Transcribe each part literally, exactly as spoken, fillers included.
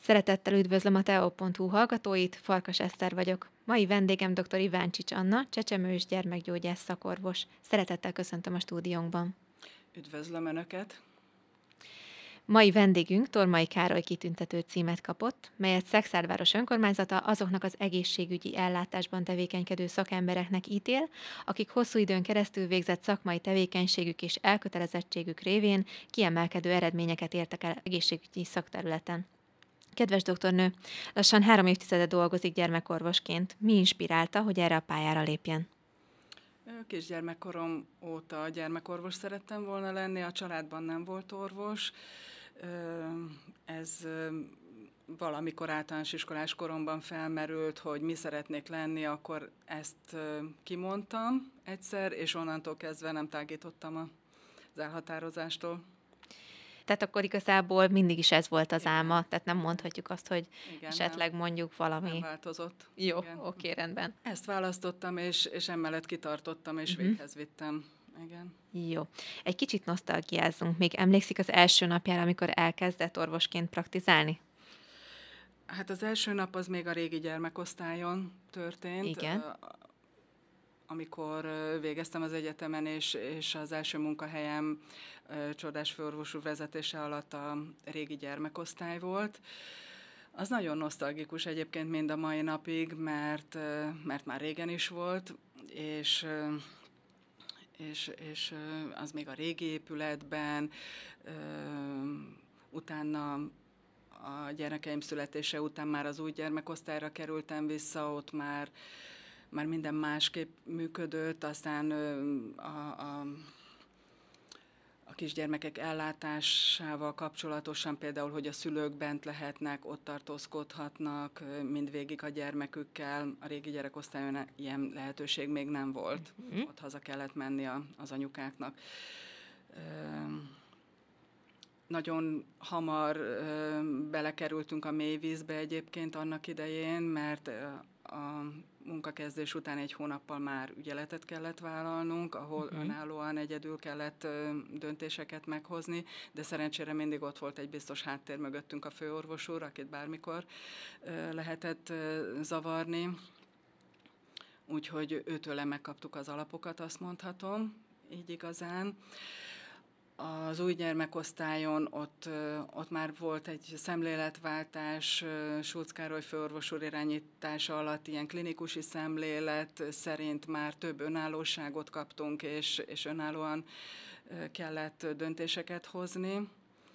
Szeretettel üdvözlöm a teo pont hu hallgatóit, Farkas Eszter vagyok. Mai vendégem dr. Iváncsics Anna, csecsemős gyermekgyógyász szakorvos. Szeretettel köszöntöm a stúdiónkban. Üdvözlöm Önöket! Mai vendégünk Tormai Károly kitüntető címet kapott, melyet Szekszárváros önkormányzata azoknak az egészségügyi ellátásban tevékenykedő szakembereknek ítél, akik hosszú időn keresztül végzett szakmai tevékenységük és elkötelezettségük révén kiemelkedő eredményeket értek el egészségügyi szakterületen. Kedves doktornő, lassan három évtizede dolgozik gyermekorvosként. Mi inspirálta, hogy erre a pályára lépjen? Kisgyermekkorom óta gyermekorvos szerettem volna lenni, a családban nem volt orvos. Ez valamikor általános iskolás koromban felmerült, hogy mi szeretnék lenni, akkor ezt kimondtam egyszer, és onnantól kezdve nem tágítottam az elhatározástól. Tehát akkor igazából mindig is ez volt az igen. álma, tehát nem mondhatjuk azt, hogy igen, esetleg nem, mondjuk valami... Nem változott. Jó, oké, rendben. Ezt választottam, és, és emellett kitartottam, és uh-huh. véghez vittem. Igen. Jó. Egy kicsit nosztalgiázzunk. Még emlékszik az első napjára, amikor elkezdett orvosként praktizálni? Hát az első nap az még a régi gyermekosztályon történt. Igen. Amikor végeztem az egyetemen, és, és az első munkahelyem Csodás főorvosú vezetése alatt a régi gyermekosztály volt. Az nagyon nosztalgikus egyébként mind a mai napig, mert, mert már régen is volt, és, és, és az még a régi épületben, utána a gyermekeim születése után már az új gyermekosztályra kerültem vissza, ott már már minden másképp működött, aztán a, a, a kisgyermekek ellátásával kapcsolatosan például, hogy a szülők bent lehetnek, ott tartózkodhatnak mindvégig a gyermekükkel. A régi gyerekosztályon ilyen lehetőség még nem volt. Mm-hmm. Ott haza kellett menni a, az anyukáknak. Nagyon hamar belekerültünk a mélyvízbe egyébként annak idején, mert a munkakezdés után egy hónappal már ügyeletet kellett vállalnunk, ahol uh-huh. önállóan egyedül kellett ö, döntéseket meghozni, de szerencsére mindig ott volt egy biztos háttér mögöttünk a főorvos úr, akit bármikor ö, lehetett ö, zavarni. Úgyhogy őtőle megkaptuk az alapokat, azt mondhatom, így igazán. Az új gyermekosztályon ott, ott már volt egy szemléletváltás, Schulz Károly főorvos úr irányítása alatt ilyen klinikusi szemlélet szerint már több önállóságot kaptunk, és, és önállóan kellett döntéseket hozni.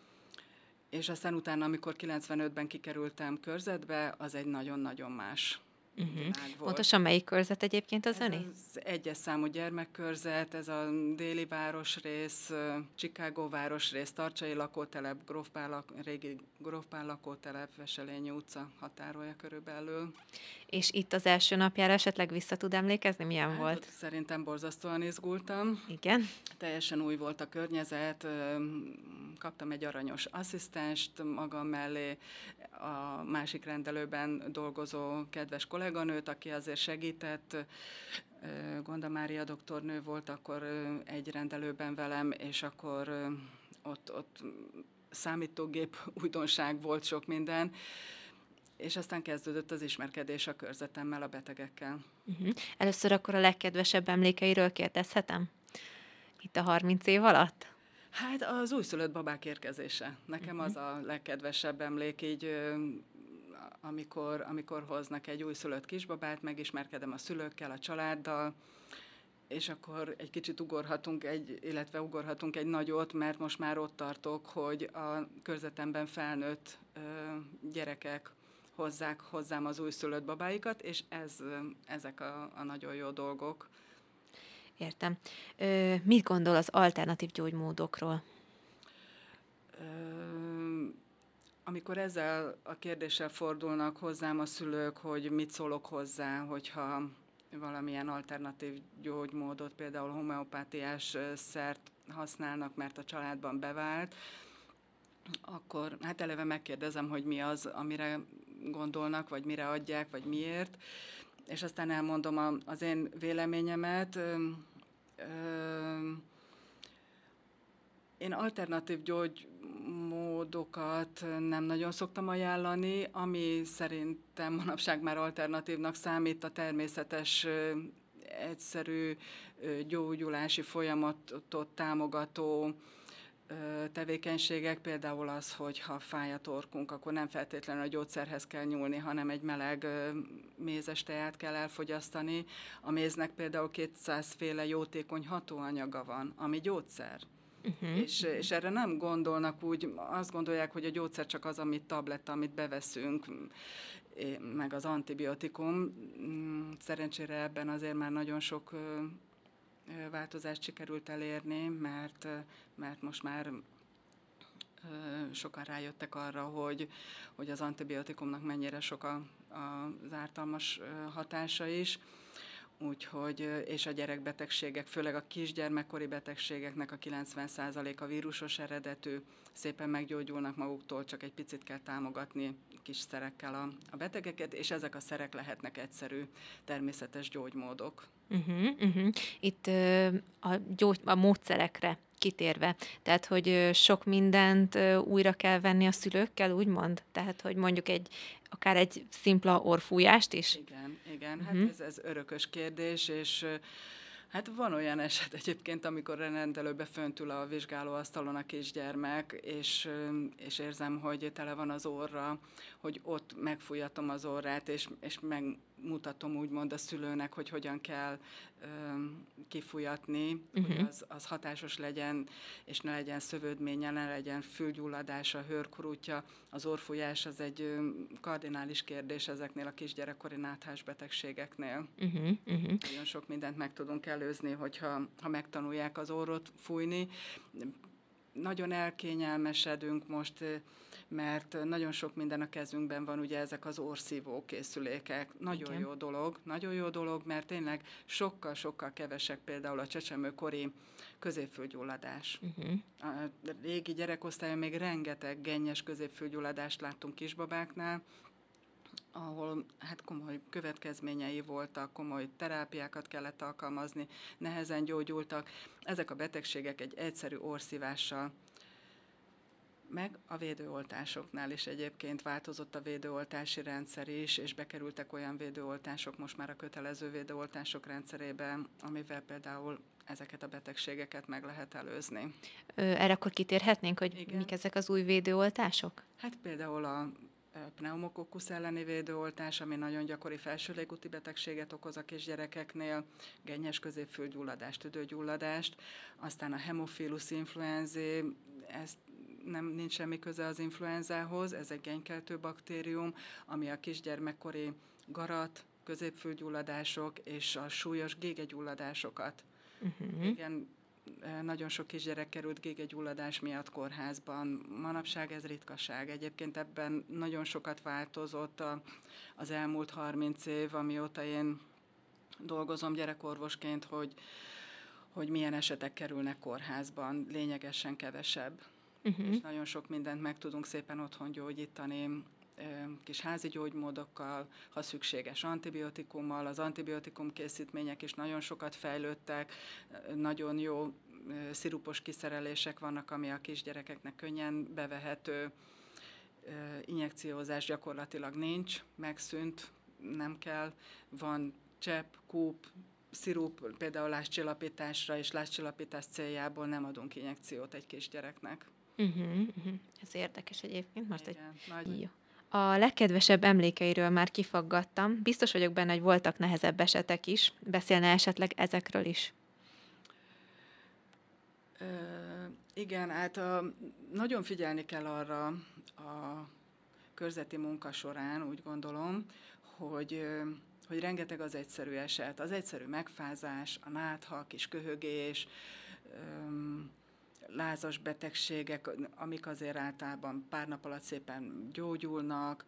És aztán utána, amikor kilencvenötben kikerültem körzetbe, az egy nagyon-nagyon más Uh-huh. Pontosan melyik körzet egyébként az ez öné? Az egyes számú gyermekkörzet, ez a déli városrész, Chicago városrész, Tarcsai lakótelep, Grófpál, régi Grófpál lakótelep, Veselényi utca határolja körülbelül. És itt az első napjára esetleg vissza tud emlékezni, milyen hát, volt? Szerintem borzasztóan izgultam. Igen. Teljesen új volt a környezet, kaptam egy aranyos asszisztenst magam mellé, a másik rendelőben dolgozó kedves kolléganőt, aki azért segített. Gonda Mária doktornő volt akkor egy rendelőben velem, és akkor ott, ott számítógép újdonság volt, sok minden. És aztán kezdődött az ismerkedés a körzetemmel, a betegekkel. Uh-huh. Először akkor a legkedvesebb emlékeiről kérdezhetem? Itt a harminc év alatt? Hát az újszülött babák érkezése. Nekem uh-huh. az a legkedvesebb emlék, így amikor, amikor hoznak egy újszülött kisbabát, megismerkedem a szülőkkel, a családdal, és akkor egy kicsit ugorhatunk, egy, illetve ugorhatunk egy nagyot, mert most már ott tartok, hogy a körzetemben felnőtt ö, gyerekek hozzák hozzám az újszülött babáikat, és ez, ezek a, a nagyon jó dolgok. Értem. Ö, mit gondol az alternatív gyógymódokról? Ö, amikor ezzel a kérdéssel fordulnak hozzám a szülők, hogy mit szólok hozzá, hogyha valamilyen alternatív gyógymódot, például homeopátiás szert használnak, mert a családban bevált, akkor hát eleve megkérdezem, hogy mi az, amire gondolnak, vagy mire adják, vagy miért, és aztán elmondom a, az én véleményemet. Ö, ö, Én alternatív gyógymódokat nem nagyon szoktam ajánlani, ami szerintem manapság már alternatívnak számít, a természetes, egyszerű gyógyulási folyamatot támogató tevékenységek, például az, hogy ha fáj a torkunk, akkor nem feltétlenül a gyógyszerhez kell nyúlni, hanem egy meleg mézes teát kell elfogyasztani. A méznek például kétszáz féle jótékony hatóanyaga van, ami gyógyszer. Uh-huh. És, és erre nem gondolnak úgy, azt gondolják, hogy a gyógyszer csak az, amit tabletta, amit beveszünk, meg az antibiotikum. Szerencsére ebben azért már nagyon sok változást sikerült elérni, mert, mert most már sokan rájöttek arra, hogy, hogy az antibiotikumnak mennyire sok a, a, az ártalmas hatása is. Úgyhogy, és a gyerekbetegségek, főleg a kisgyermekkori betegségeknek a kilencven százaléka vírusos eredetű, szépen meggyógyulnak maguktól, csak egy picit kell támogatni kis szerekkel a, a betegeket, és ezek a szerek lehetnek egyszerű, természetes gyógymódok. Uh-huh, uh-huh. Itt uh, a, gyógy, a módszerekre kitérve, tehát, hogy uh, sok mindent uh, újra kell venni a szülőkkel, úgymond? Tehát, hogy mondjuk egy, akár egy szimpla orrfújást is? Igen, igen, uh-huh. hát ez, ez örökös kérdés, és uh, hát van olyan eset egyébként, amikor rendelőbe fönt ül a vizsgálóasztalon a kisgyermek, és, és érzem, hogy tele van az orra, hogy ott megfújatom az orrát, és, és megmutatom úgymond a szülőnek, hogy hogyan kell um, kifújatni, uh-huh. hogy az, az hatásos legyen, és ne legyen szövődménye, ne legyen fülgyulladása, hőrkurutja. Az orrfújás az egy um, kardinális kérdés ezeknél a kisgyerekkori náthásbetegségeknél. Uh-huh. Uh-huh. Nagyon sok mindent meg tudunk előzni, hogyha ha megtanulják az orrot fújni. Nagyon elkényelmesedünk most, mert nagyon sok minden a kezünkben van, ugye ezek az orrszívó készülékek. Nagyon Igen. jó dolog, nagyon jó dolog, mert tényleg sokkal-sokkal kevesek például a csecsemőkori középfülgyulladás. Uh-huh. A régi gyerekosztályon még rengeteg gennyes középfülgyulladást láttunk kisbabáknál, ahol hát komoly következményei voltak, komoly terápiákat kellett alkalmazni, nehezen gyógyultak. Ezek a betegségek egy egyszerű orrszívással, meg a védőoltásoknál is egyébként változott a védőoltási rendszer is, és bekerültek olyan védőoltások most már a kötelező védőoltások rendszerébe, amivel például ezeket a betegségeket meg lehet előzni. Erre akkor kitérhetnénk, hogy Igen. mik ezek az új védőoltások? Hát például a pneumokokkusz elleni védőoltás, ami nagyon gyakori felső légúti betegséget okoz a kisgyerekeknél, gennyes középfülgyulladást, tüdőgyulladást, aztán a Haemophilus influenzae, ez nem, nincs semmi köze az influenzához, ez egy genkeltő baktérium, ami a kisgyermekkori garat, középfülgyulladások és a súlyos gégegyulladásokat. Uh-huh. Igen, nagyon sok kisgyerek került gégegyulladás miatt kórházban. Manapság ez ritkaság. Egyébként ebben nagyon sokat változott a, az elmúlt harminc év, amióta én dolgozom gyerekorvosként, hogy, hogy milyen esetek kerülnek kórházban. Lényegesen kevesebb. Uh-huh. És nagyon sok mindent meg tudunk szépen otthon gyógyítani, kis házi gyógymódokkal, ha szükséges antibiotikummal. Az antibiotikum készítmények is nagyon sokat fejlődtek, nagyon jó szirupos kiszerelések vannak, ami a kisgyerekeknek könnyen bevehető. Injekciózás gyakorlatilag nincs, megszűnt, nem kell. Van csepp, kúp, szirup, például lázcsillapításra és lázcsillapítás céljából nem adunk injekciót egy kisgyereknek. Uh-huh, uh-huh. Ez érdekes egyébként. Most Igen, egy... nagy... Jó. A legkedvesebb emlékeiről már kifaggattam. Biztos vagyok benne, hogy voltak nehezebb esetek is. Beszélne esetleg ezekről is? Ö, igen, hát a, nagyon figyelni kell arra a körzeti munka során, úgy gondolom, hogy, hogy rengeteg az egyszerű eset. Az egyszerű megfázás, a nátha, kis köhögés, ö, lázas betegségek, amik azért általában pár nap alatt szépen gyógyulnak,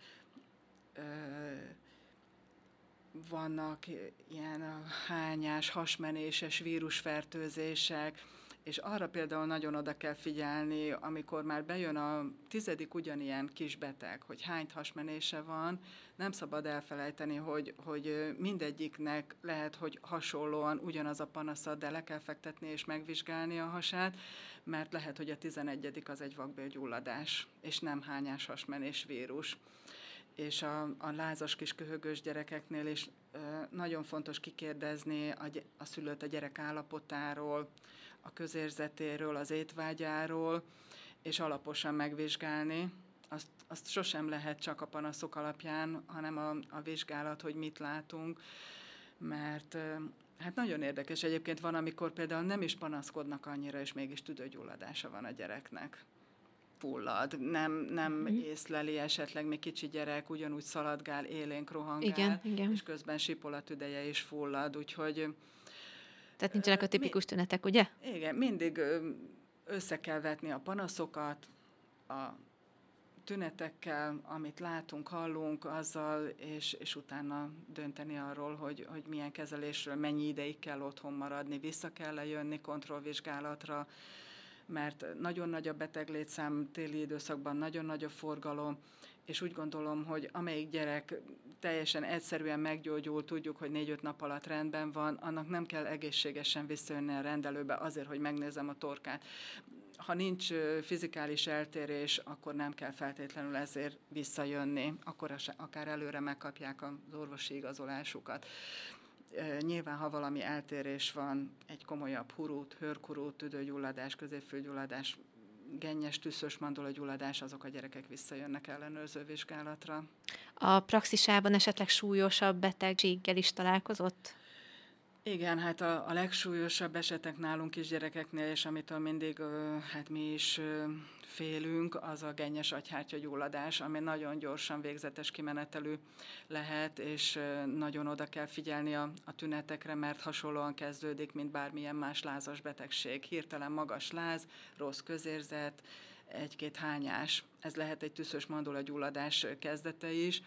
vannak ilyen hányás, hasmenéses vírusfertőzések, És arra például nagyon oda kell figyelni, amikor már bejön a tizedik ugyanilyen kis beteg, hogy hány hasmenése van, nem szabad elfelejteni, hogy, hogy mindegyiknek lehet, hogy hasonlóan ugyanaz a panasza, de le kell fektetni és megvizsgálni a hasát, mert lehet, hogy a tizenegyedik az egy vakbélgyulladás, és nem hányás hasmenés vírus. És a, a lázas kis köhögös gyerekeknél is e, nagyon fontos kikérdezni a, a szülőt a gyerek állapotáról, a közérzetéről, az étvágyáról, és alaposan megvizsgálni. Azt, azt sosem lehet csak a panaszok alapján, hanem a, a vizsgálat, hogy mit látunk, mert hát nagyon érdekes. Egyébként van, amikor például nem is panaszkodnak annyira, és mégis tüdőgyulladása van a gyereknek. Fullad, nem, nem mm. észleli esetleg, még kicsi gyerek, ugyanúgy szaladgál, élénk rohangál, igen, igen. és közben sipolatüdeje is fullad, úgyhogy... Tehát nincsenek a tipikus mi, tünetek, ugye? Igen, mindig össze kell vetni a panaszokat, a tünetekkel, amit látunk, hallunk, azzal, és, és utána dönteni arról, hogy, hogy milyen kezelésről, mennyi ideig kell otthon maradni, vissza kell jönni kontrollvizsgálatra, mert nagyon nagy a beteglétszám téli időszakban, nagyon nagy a forgalom, és úgy gondolom, hogy amelyik gyerek teljesen egyszerűen meggyógyul, tudjuk, hogy négy-öt nap alatt rendben van, annak nem kell egészségesen visszajönni a rendelőbe azért, hogy megnézem a torkát. Ha nincs fizikális eltérés, akkor nem kell feltétlenül ezért visszajönni, akkor akár előre megkapják az orvosi igazolásukat. Nyilván, ha valami eltérés van, egy komolyabb hurút, hőrkurút, tüdőgyulladás, középfülgyulladás, gennyes, tüsszös mandulagyulladás, azok a gyerekek visszajönnek ellenőrző vizsgálatra. A praxisában esetleg súlyosabb betegséggel is találkozott? Igen, hát a, a legsúlyosabb esetek nálunk kisgyerekeknél, és amitől mindig hát mi is félünk, az a gennyes agyhártyagyulladás, ami nagyon gyorsan végzetes kimenetelű lehet, és nagyon oda kell figyelni a, a tünetekre, mert hasonlóan kezdődik, mint bármilyen más lázas betegség. Hirtelen magas láz, rossz közérzet, egy-két hányás. Ez lehet egy tüszös mandulagyulladás kezdete is,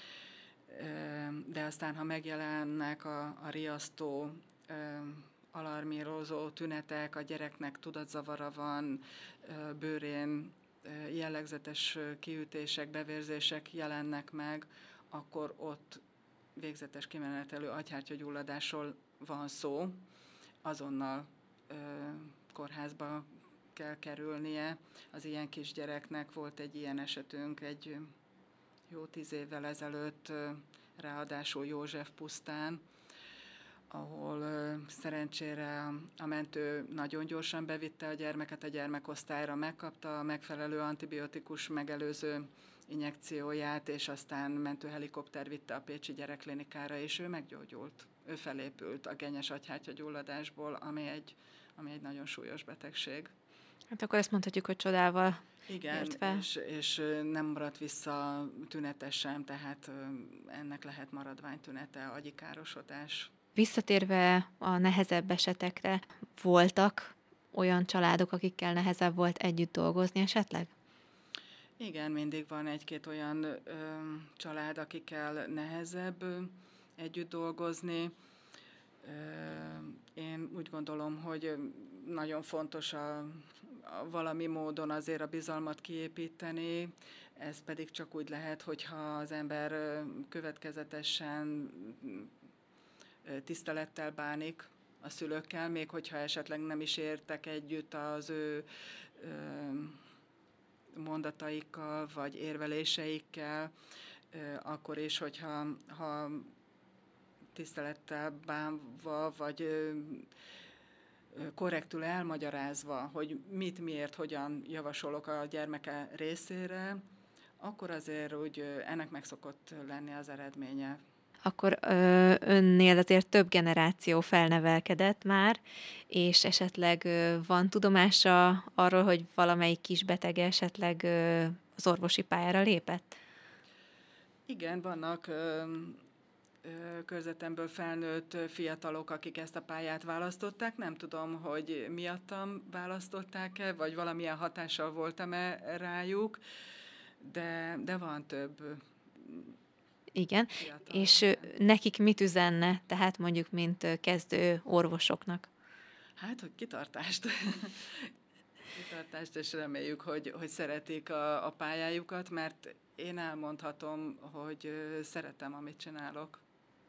de aztán, ha megjelennek a, a riasztó, alarmírozó tünetek, a gyereknek tudatzavara van, bőrén jellegzetes kiütések, bevérzések jelennek meg, akkor ott végzetes kimenetelő agyhártyagyulladásról van szó, azonnal kórházba kell kerülnie. Az ilyen kisgyereknek volt egy ilyen esetünk egy jó tíz évvel ezelőtt, ráadásul József pusztán, ahol szerencsére a mentő nagyon gyorsan bevitte a gyermeket a gyermekosztályra, megkapta a megfelelő antibiotikus megelőző injekcióját, és aztán mentőhelikopter vitte a pécsi gyerekklinikára, és ő meggyógyult. Ő felépült a gennyes agyhártyagyulladásból, ami egy, ami egy nagyon súlyos betegség. Hát akkor ezt mondhatjuk, hogy csodával. Igen, és, és nem maradt vissza tünete sem, tehát ennek lehet maradványtünete, agyi károsodás. Visszatérve a nehezebb esetekre, voltak olyan családok, akikkel nehezebb volt együtt dolgozni esetleg? Igen, mindig van egy-két olyan ö, család, akikkel nehezebb ö, együtt dolgozni. Ö, én úgy gondolom, hogy nagyon fontos a, a valami módon azért a bizalmat kiépíteni, ez pedig csak úgy lehet, hogyha az ember következetesen tisztelettel bánik a szülőkkel, még hogyha esetleg nem is értek együtt az ő mondataikkal, vagy érveléseikkel, akkor is, hogyha ha tisztelettel bánva, vagy korrektül elmagyarázva, hogy mit, miért, hogyan javasolok a gyermeke részére, akkor azért úgy ennek meg szokott lenni az eredménye. Akkor ö, önnél azért több generáció felnevelkedett már, és esetleg ö, van tudomása arról, hogy valamelyik kisbetege esetleg ö, az orvosi pályára lépett? Igen, vannak ö, ö, körzetemből felnőtt fiatalok, akik ezt a pályát választották. Nem tudom, hogy miattam választották-e, vagy valamilyen hatással voltam-e rájuk, de, de van több. Igen, fiatal, és igen. Nekik mit üzenne, tehát mondjuk, mint kezdő orvosoknak? Hát, hogy kitartást. kitartást, és reméljük, hogy, hogy szeretik a, a pályájukat, mert én elmondhatom, hogy szeretem, amit csinálok.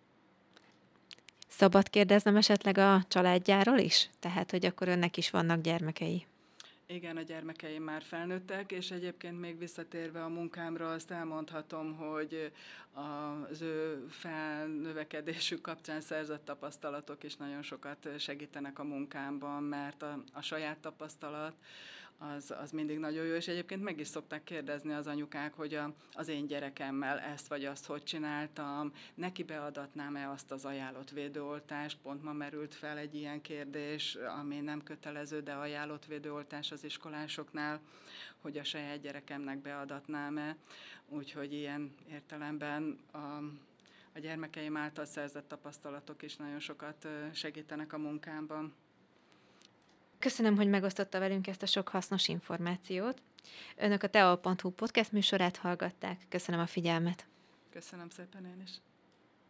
Szabad kérdeznem esetleg a családjáról is? Tehát, hogy akkor önnek is vannak gyermekei. Igen, a gyermekeim már felnőttek, és egyébként még visszatérve a munkámra, azt elmondhatom, hogy az ő felnövekedésük kapcsán szerzett tapasztalatok is nagyon sokat segítenek a munkámban, mert a, a saját tapasztalat az, az mindig nagyon jó, és egyébként meg is szokták kérdezni az anyukák, hogy a, az én gyerekemmel ezt vagy azt hogy csináltam, neki beadatnám-e azt az ajánlott védőoltást, pont ma merült fel egy ilyen kérdés, ami nem kötelező, de ajánlott védőoltás az iskolásoknál, hogy a saját gyerekemnek beadatnám-e, úgyhogy ilyen értelemben a, a gyermekeim által szerzett tapasztalatok is nagyon sokat segítenek a munkámban. Köszönöm, hogy megosztotta velünk ezt a sok hasznos információt. Önök a teol pont hu podcast műsorát hallgatták. Köszönöm a figyelmet. Köszönöm szépen én is.